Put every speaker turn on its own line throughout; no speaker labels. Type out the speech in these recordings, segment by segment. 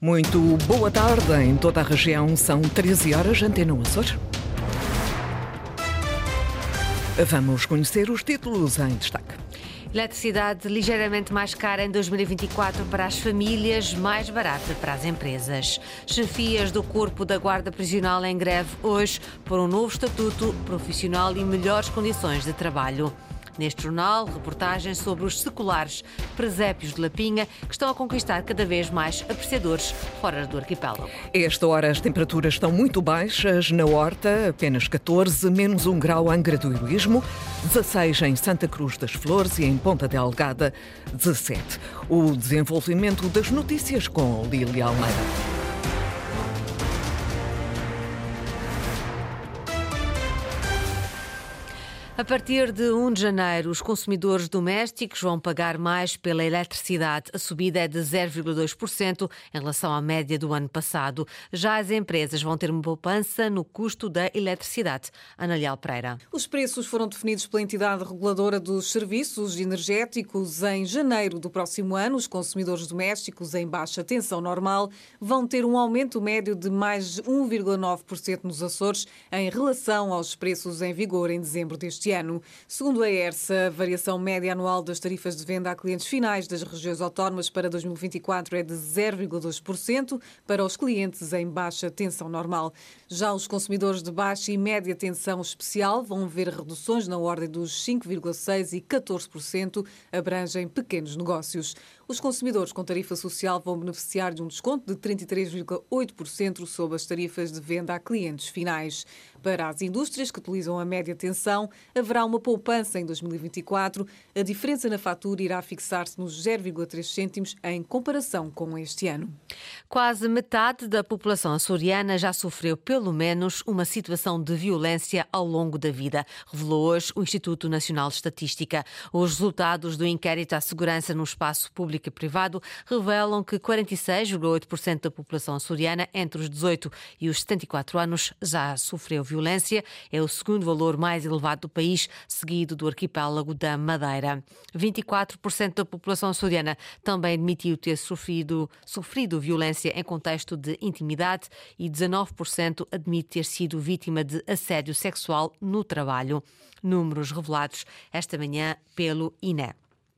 Muito boa tarde em toda a região. São 13 horas, Antena Açores. Vamos conhecer os títulos em destaque.
Eletricidade ligeiramente mais cara em 2024 para as famílias, mais barata para as empresas. Chefias do Corpo da Guarda Prisional em greve hoje por um novo estatuto profissional e melhores condições de trabalho. Neste jornal, reportagens sobre os seculares presépios de Lapinha que estão a conquistar cada vez mais apreciadores fora do arquipélago.
A esta hora as temperaturas estão muito baixas. Na Horta, apenas 14, menos 1 grau em Angra do Heroísmo, 16 em Santa Cruz das Flores e em Ponta Delgada, 17. O desenvolvimento das notícias com Lília Almeida.
A partir de 1 de janeiro, os consumidores domésticos vão pagar mais pela eletricidade. A subida é de 0,2% em relação à média do ano passado. Já as empresas vão ter uma poupança no custo da eletricidade. Ana Leal Pereira.
Os preços foram definidos pela entidade reguladora dos serviços energéticos. Em janeiro do próximo ano, os consumidores domésticos em baixa tensão normal vão ter um aumento médio de mais 1,9% nos Açores em relação aos preços em vigor em dezembro deste ano. Segundo a ERSA, a variação média anual das tarifas de venda a clientes finais das regiões autónomas para 2024 é de 0,2% para os clientes em baixa tensão normal. Já os consumidores de baixa e média tensão especial vão ver reduções na ordem dos 5,6% e 14%, abrangem pequenos negócios. Os consumidores com tarifa social vão beneficiar de um desconto de 33,8% sobre as tarifas de venda a clientes finais. Para as indústrias que utilizam a média tensão, haverá uma poupança em 2024. A diferença na fatura irá fixar-se nos 0,3 cêntimos em comparação com este ano.
Quase metade da população açoriana já sofreu pelo menos uma situação de violência ao longo da vida, revelou hoje o Instituto Nacional de Estatística. Os resultados do inquérito à segurança no espaço público e privado revelam que 46,8% da população açoriana entre os 18 e os 74 anos já sofreu violência. É o segundo valor mais elevado do país, seguido do arquipélago da Madeira. 24% da população açoriana também admitiu ter sofrido violência em contexto de intimidade e 19% admite ter sido vítima de assédio sexual no trabalho. Números revelados esta manhã pelo INE.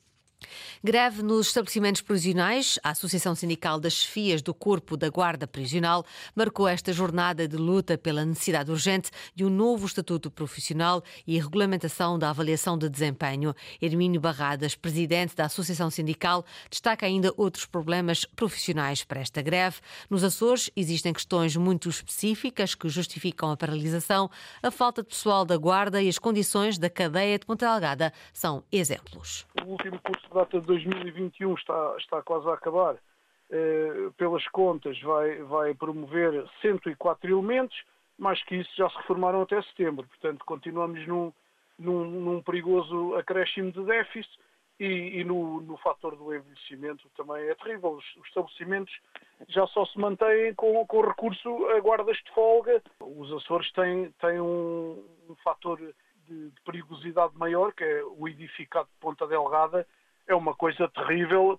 Greve nos estabelecimentos prisionais. A Associação Sindical das Chefias do Corpo da Guarda Prisional marcou esta jornada de luta pela necessidade urgente de um novo estatuto profissional e regulamentação da avaliação de desempenho. Hermínio Barradas, presidente da Associação Sindical, destaca ainda outros problemas profissionais para esta greve. Nos Açores existem questões muito específicas que justificam a paralisação. A falta de pessoal da Guarda e as condições da cadeia de Ponta Delgada são exemplos.
O último curso de data de 2021 está quase a acabar. Pelas contas, vai promover 104 elementos, mais que isso já se reformaram até setembro. Portanto, continuamos num perigoso acréscimo de déficit e no fator do envelhecimento também é terrível. Os estabelecimentos já só se mantêm com recurso a guardas de folga. Os Açores têm um fator de perigosidade maior, que é o edificado de Ponta Delgada. É uma coisa terrível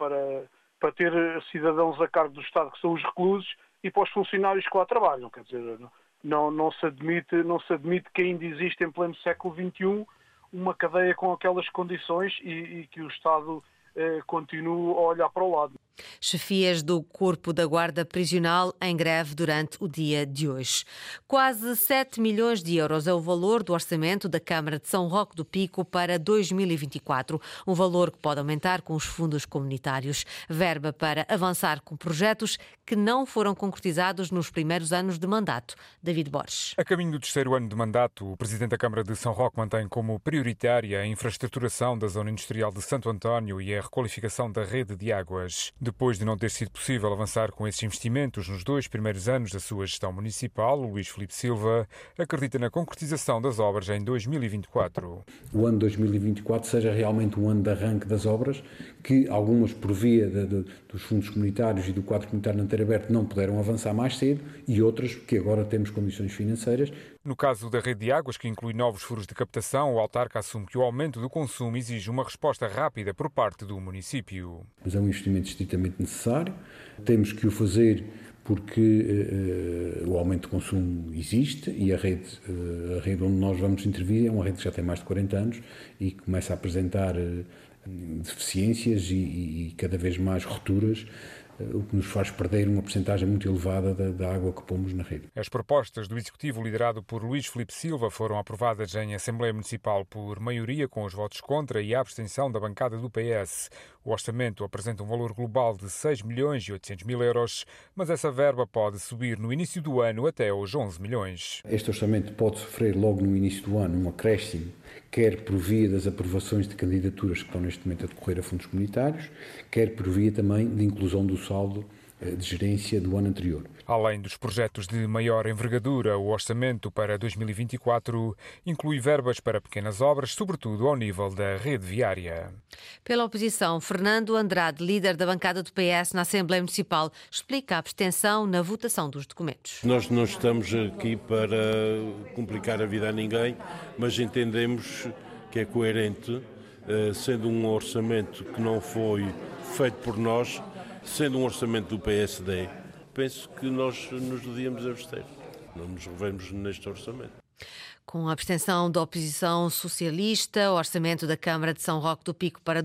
para ter cidadãos a cargo do Estado, que são os reclusos, e para os funcionários que lá trabalham. Quer dizer, não se admite que ainda existe em pleno século XXI uma cadeia com aquelas condições e que o Estado continue a olhar para o lado.
Chefias do Corpo da Guarda Prisional em greve durante o dia de hoje. Quase 7 milhões de euros é o valor do orçamento da Câmara de São Roque do Pico para 2024, um valor que pode aumentar com os fundos comunitários. Verba para avançar com projetos que não foram concretizados nos primeiros anos de mandato. David Borges.
A caminho do terceiro ano de mandato, o Presidente da Câmara de São Roque mantém como prioritária a infraestruturação da zona industrial de Santo António e a requalificação da rede de águas. Depois de não ter sido possível avançar com esses investimentos nos 2 primeiros anos da sua gestão municipal, o Luís Filipe Silva acredita na concretização das obras em 2024.
O ano 2024 seja realmente um ano de arranque das obras, que algumas por via dos fundos comunitários e do quadro comunitário não ter aberto não puderam avançar mais cedo e outras que agora temos condições financeiras.
No caso da rede de águas, que inclui novos furos de captação, o autarca assume que o aumento do consumo exige uma resposta rápida por parte do município.
Mas é um investimento estritamente absolutamente necessário. Temos que o fazer porque o aumento de consumo existe e a rede onde nós vamos intervir é uma rede que já tem mais de 40 anos e que começa a apresentar deficiências e cada vez mais rupturas, o que nos faz perder uma percentagem muito elevada da água que pomos na rede.
As propostas do Executivo liderado por Luís Filipe Silva foram aprovadas em Assembleia Municipal por maioria, com os votos contra e a abstenção da bancada do PS. O orçamento apresenta um valor global de 6.800.000 euros, mas essa verba pode subir no início do ano até aos 11 milhões.
Este orçamento pode sofrer logo no início do ano um acréscimo, quer por via das aprovações de candidaturas que estão neste momento a decorrer a fundos comunitários, quer por via também de inclusão do saldo de gerência do ano anterior.
Além dos projetos de maior envergadura, o orçamento para 2024 inclui verbas para pequenas obras, sobretudo ao nível da rede viária.
Pela oposição, Fernando Andrade, líder da bancada do PS na Assembleia Municipal, explica a abstenção na votação dos documentos.
Nós não estamos aqui para complicar a vida a ninguém, mas entendemos que é coerente, sendo um orçamento que não foi feito por nós, sendo um orçamento do PSD, penso que nós nos devíamos abster. Não nos revemos neste orçamento.
Com a abstenção da oposição socialista, o orçamento da Câmara de São Roque do Pico para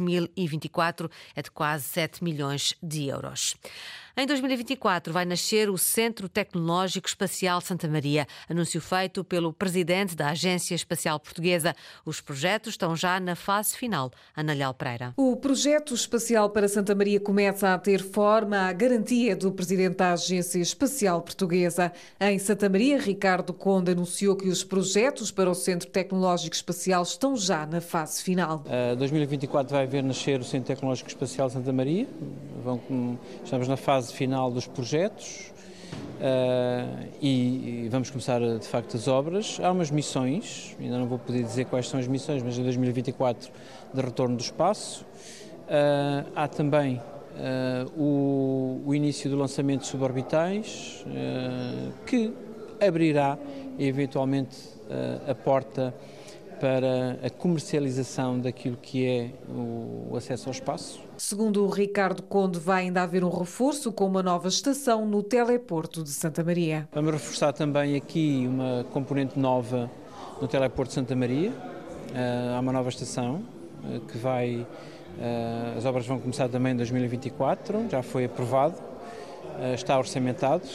2024 é de quase 7 milhões de euros. Em 2024 vai nascer o Centro Tecnológico Espacial Santa Maria, anúncio feito pelo presidente da Agência Espacial Portuguesa. Os projetos estão já na fase final. Ana Leal Pereira.
O projeto espacial para Santa Maria começa a ter forma à garantia do presidente da Agência Espacial Portuguesa. Em Santa Maria, Ricardo Conde anunciou que os projetos para o Centro Tecnológico Espacial estão já na fase final.
2024 vai ver nascer o Centro Tecnológico Espacial Santa Maria. Estamos na fase final dos projetos e vamos começar de facto as obras. Há umas missões, ainda não vou poder dizer quais são as missões, mas em 2024 de retorno do espaço. Há também o início do lançamento de suborbitais, que abrirá eventualmente a porta para a comercialização daquilo que é o acesso ao espaço.
Segundo o Ricardo Conde, vai ainda haver um reforço com uma nova estação no teleporto de Santa Maria.
Vamos reforçar também aqui uma componente nova no teleporto de Santa Maria. Há uma nova estação que vai... As obras vão começar também em 2024, já foi aprovado, está orçamentado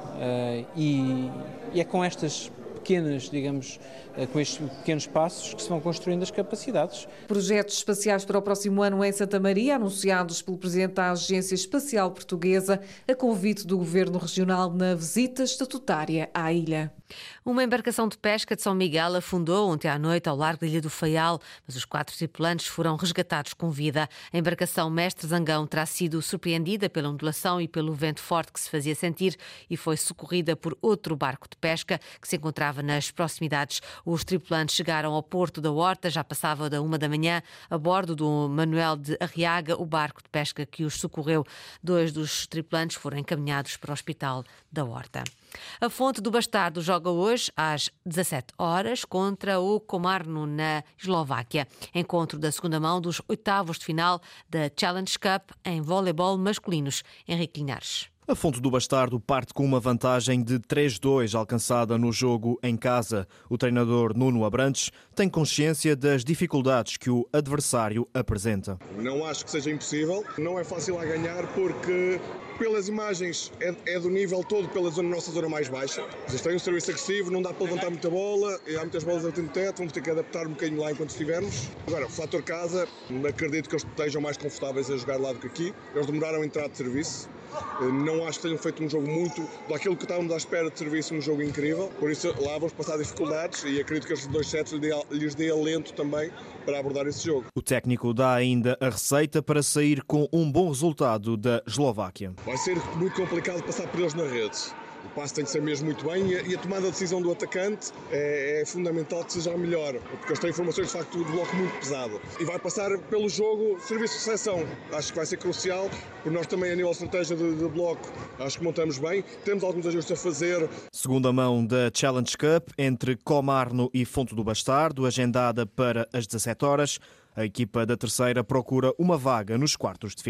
e é com estas pequenas, digamos, com estes pequenos passos que se vão construindo as capacidades.
Projetos espaciais para o próximo ano em Santa Maria, anunciados pelo presidente da Agência Espacial Portuguesa, a convite do Governo Regional na visita estatutária à ilha.
Uma embarcação de pesca de São Miguel afundou ontem à noite ao largo da Ilha do Faial, mas os 4 tripulantes foram resgatados com vida. A embarcação Mestre Zangão terá sido surpreendida pela ondulação e pelo vento forte que se fazia sentir e foi socorrida por outro barco de pesca que se encontrava nas proximidades. Os tripulantes chegaram ao Porto da Horta, já passava da 1 da manhã, a bordo do Manuel de Arriaga, o barco de pesca que os socorreu. 2 dos tripulantes foram encaminhados para o Hospital da Horta. A Fonte do Bastardo joga hoje às 17 horas contra o Komarno na Eslováquia. Encontro da segunda mão dos oitavos de final da Challenge Cup em voleibol masculinos. Henrique Linhares.
A Fonte do Bastardo parte com uma vantagem de 3-2 alcançada no jogo em casa. O treinador Nuno Abrantes tem consciência das dificuldades que o adversário apresenta.
Não acho que seja impossível, não é fácil a ganhar porque pelas imagens é do nível todo pela nossa zona mais baixa. Eles têm um serviço agressivo, não dá para levantar muita bola, há muitas bolas a no teto, vamos ter que adaptar um bocadinho lá enquanto estivermos. Agora, o fator casa, acredito que eles estejam mais confortáveis a jogar lá do que aqui. Eles demoraram a entrar de serviço. Não acho que tenham feito um jogo muito daquilo que estávamos à espera de serviço, um jogo incrível. Por isso lá vamos passar dificuldades e acredito que estes 2 sets lhes dê alento também para abordar esse jogo.
O técnico dá ainda a receita para sair com um bom resultado da Eslováquia.
Vai ser muito complicado passar por eles na rede. O passe tem que ser mesmo muito bem e a tomada de decisão do atacante é fundamental que seja a melhor, porque eles têm informações de facto de bloco muito pesado. E vai passar pelo jogo serviço de recepção. Acho que vai ser crucial, porque nós também a nível de estratégia de bloco acho que montamos bem. Temos alguns ajustes a fazer.
Segunda mão da Challenge Cup entre Komarno e Fonte do Bastardo, agendada para as 17 horas. A equipa da terceira procura uma vaga nos quartos de final.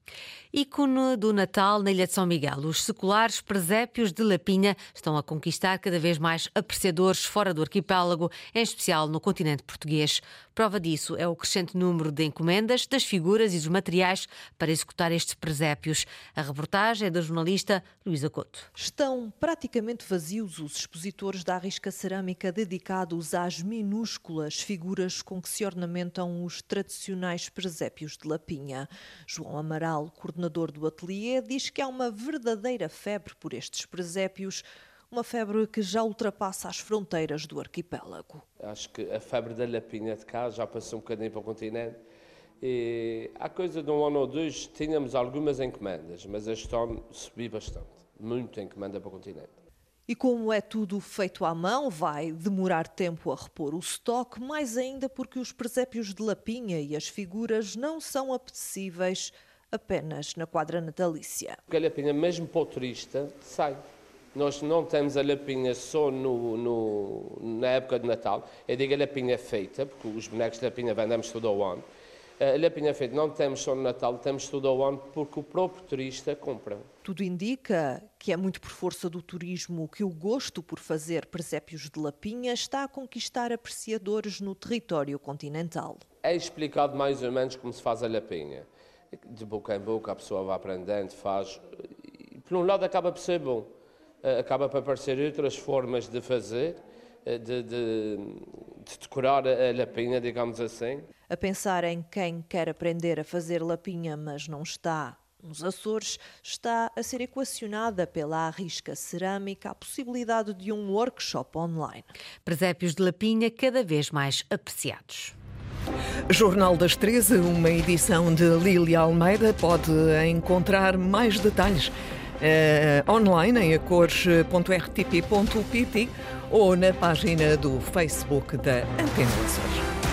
Ícone do Natal na Ilha de São Miguel, os seculares presépios de Lapinha estão a conquistar cada vez mais apreciadores fora do arquipélago, em especial no continente português. Prova disso é o crescente número de encomendas, das figuras e dos materiais para executar estes presépios. A reportagem é da jornalista Luísa Couto.
Estão praticamente vazios os expositores da Arrisca Cerâmica dedicados às minúsculas figuras com que se ornamentam os tradicionais presépios de Lapinha. João Amaral, coordenador do ateliê, diz que há uma verdadeira febre por estes presépios, uma febre que já ultrapassa as fronteiras do arquipélago.
Acho que a febre da Lapinha de cá já passou um bocadinho para o continente. E há coisa de um ano ou dois tínhamos algumas encomendas, mas este ano subi bastante, muita encomenda para o continente.
E como é tudo feito à mão, vai demorar tempo a repor o estoque, mais ainda porque os presépios de Lapinha e as figuras não são apetecíveis apenas na quadra natalícia.
Porque a Lapinha, mesmo para o turista, sai. Nós não temos a Lapinha só na época de Natal. Eu digo a Lapinha feita, porque os bonecos de Lapinha vendemos todo o ano. A Lapinha feita não temos só no Natal, temos todo o ano, porque o próprio turista compra.
Tudo indica que é muito por força do turismo que o gosto por fazer presépios de Lapinha está a conquistar apreciadores no território continental.
É explicado mais ou menos como se faz a Lapinha. De boca em boca a pessoa vai aprendendo, faz. E, por um lado acaba por ser bom. Acaba por aparecer outras formas de fazer, de decorar a Lapinha, digamos assim.
A pensar em quem quer aprender a fazer Lapinha, mas não está nos Açores, está a ser equacionada pela Arrisca Cerâmica a possibilidade de um workshop online.
Presépios de Lapinha cada vez mais apreciados.
Jornal das 13, uma edição de Lília Almeida. Pode encontrar mais detalhes online em acores.rtp.pt ou na página do Facebook da Antena Açores.